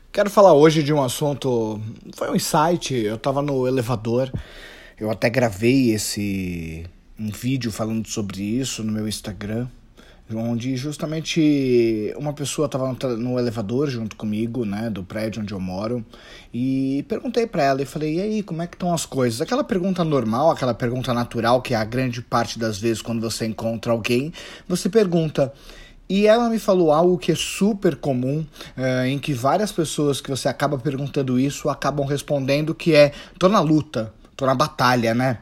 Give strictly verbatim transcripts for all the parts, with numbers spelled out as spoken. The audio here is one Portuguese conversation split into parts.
Quero falar hoje de um assunto, foi um insight, eu tava no elevador, eu até gravei esse um vídeo falando sobre isso no meu Instagram, onde justamente uma pessoa estava no, no elevador junto comigo, né, do prédio onde eu moro, e perguntei para ela e falei, e aí, como é que estão as coisas? Aquela pergunta normal, aquela pergunta natural que a grande parte das vezes quando você encontra alguém, você pergunta. E ela me falou algo que é super comum, uh, em que várias pessoas que você acaba perguntando isso acabam respondendo, que é, tô na luta, tô na batalha, né?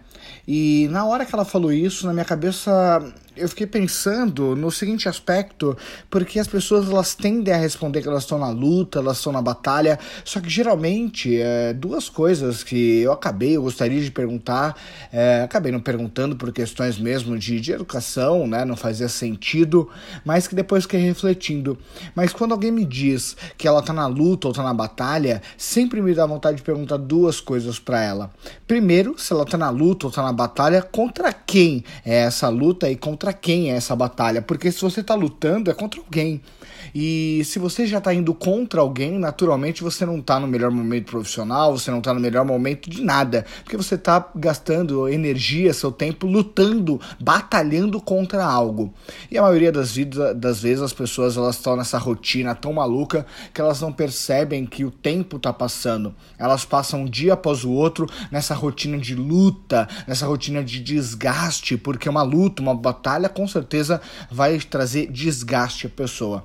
E na hora que ela falou isso, na minha cabeça, eu fiquei pensando no seguinte aspecto, porque as pessoas elas tendem a responder que elas estão na luta, elas estão na batalha, só que geralmente é, duas coisas que eu acabei, eu gostaria de perguntar, é, acabei não perguntando por questões mesmo de, de educação, né, não fazia sentido, mas que depois fiquei refletindo. Mas quando alguém me diz que ela tá na luta ou tá na batalha, sempre me dá vontade de perguntar duas coisas pra ela. Primeiro, se ela tá na luta ou tá na batalha, contra quem é essa luta e contra quem é essa batalha, porque se você tá lutando é contra alguém, e se você já tá indo contra alguém, naturalmente você não tá no melhor momento profissional, você não tá no melhor momento de nada, porque você tá gastando energia, seu tempo lutando, batalhando contra algo. E a maioria das, vida, das vezes as pessoas elas estão nessa rotina tão maluca que elas não percebem que o tempo tá passando, elas passam um dia após o outro nessa rotina de luta, nessa rotina de desgaste, porque uma luta, uma batalha com certeza vai trazer desgaste à pessoa.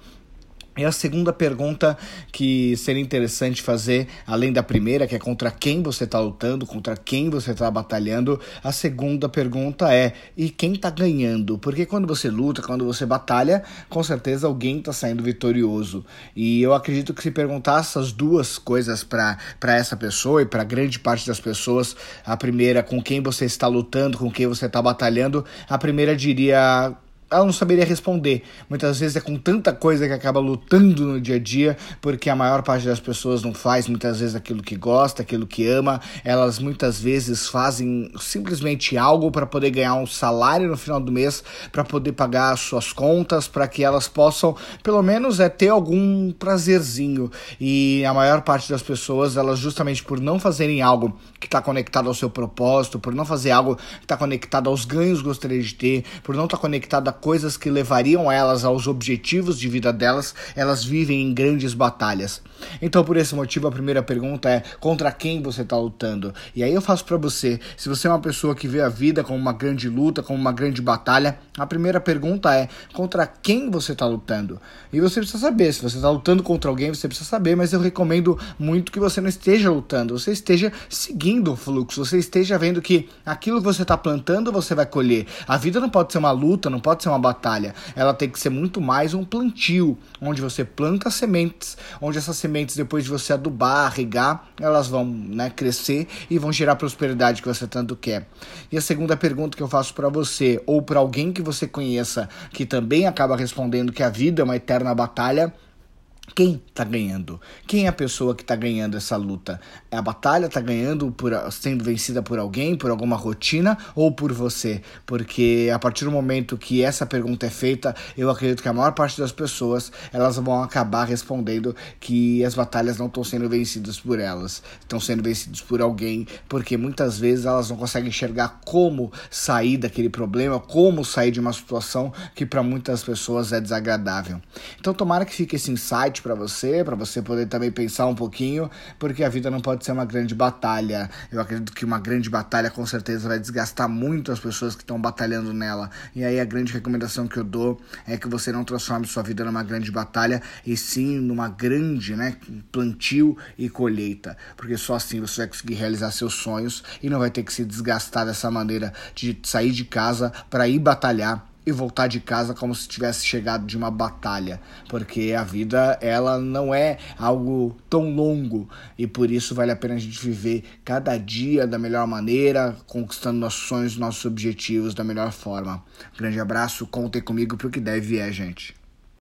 E a segunda pergunta que seria interessante fazer, além da primeira, que é contra quem você está lutando, contra quem você está batalhando, a segunda pergunta é, e quem está ganhando? Porque quando você luta, quando você batalha, com certeza alguém está saindo vitorioso. E eu acredito que se perguntar essas duas coisas para para essa pessoa e para grande parte das pessoas, a primeira, com quem você está lutando, com quem você está batalhando, a primeira diria... ela não saberia responder. Muitas vezes é com tanta coisa que acaba lutando no dia a dia, porque a maior parte das pessoas não faz muitas vezes aquilo que gosta, aquilo que ama. Elas muitas vezes fazem simplesmente algo para poder ganhar um salário no final do mês, para poder pagar as suas contas, para que elas possam, pelo menos, é, ter algum prazerzinho. E a maior parte das pessoas, elas justamente por não fazerem algo que está conectado ao seu propósito, por não fazer algo que está conectado aos ganhos que gostaria de ter, por não estar tá conectado a coisas que levariam elas aos objetivos de vida delas, elas vivem em grandes batalhas. Então, por esse motivo, a primeira pergunta é contra quem você está lutando? E aí eu faço para você, se você é uma pessoa que vê a vida como uma grande luta, como uma grande batalha, a primeira pergunta é contra quem você está lutando? E você precisa saber, se você está lutando contra alguém, você precisa saber, mas eu recomendo muito que você não esteja lutando, você esteja seguindo o fluxo, você esteja vendo que aquilo que você está plantando, você vai colher. A vida não pode ser uma luta, não pode ser uma batalha, ela tem que ser muito mais um plantio, onde você planta sementes, onde essas sementes depois de você adubar, regar, elas vão, né, crescer e vão gerar a prosperidade que você tanto quer. E a segunda pergunta que eu faço para você, ou para alguém que você conheça, que também acaba respondendo que a vida é uma eterna batalha, quem está ganhando? Quem é a pessoa que está ganhando essa luta? É a batalha está ganhando, por, sendo vencida por alguém, por alguma rotina ou por você? Porque a partir do momento que essa pergunta é feita, eu acredito que a maior parte das pessoas elas vão acabar respondendo que as batalhas não estão sendo vencidas por elas, estão sendo vencidas por alguém, porque muitas vezes elas não conseguem enxergar como sair daquele problema, como sair de uma situação que para muitas pessoas é desagradável. Então tomara que fique esse insight para você, para você poder também pensar um pouquinho, porque a vida não pode ser uma grande batalha. Eu acredito que uma grande batalha com certeza vai desgastar muito as pessoas que estão batalhando nela. E aí a grande recomendação que eu dou é que você não transforme sua vida numa grande batalha, e sim numa grande, né, plantio e colheita, porque só assim você vai conseguir realizar seus sonhos e não vai ter que se desgastar dessa maneira de sair de casa para ir batalhar e voltar de casa como se tivesse chegado de uma batalha, porque a vida ela não é algo tão longo e por isso vale a pena a gente viver cada dia da melhor maneira, conquistando nossos sonhos, nossos objetivos da melhor forma. Grande abraço, contem comigo pro que deve é, gente.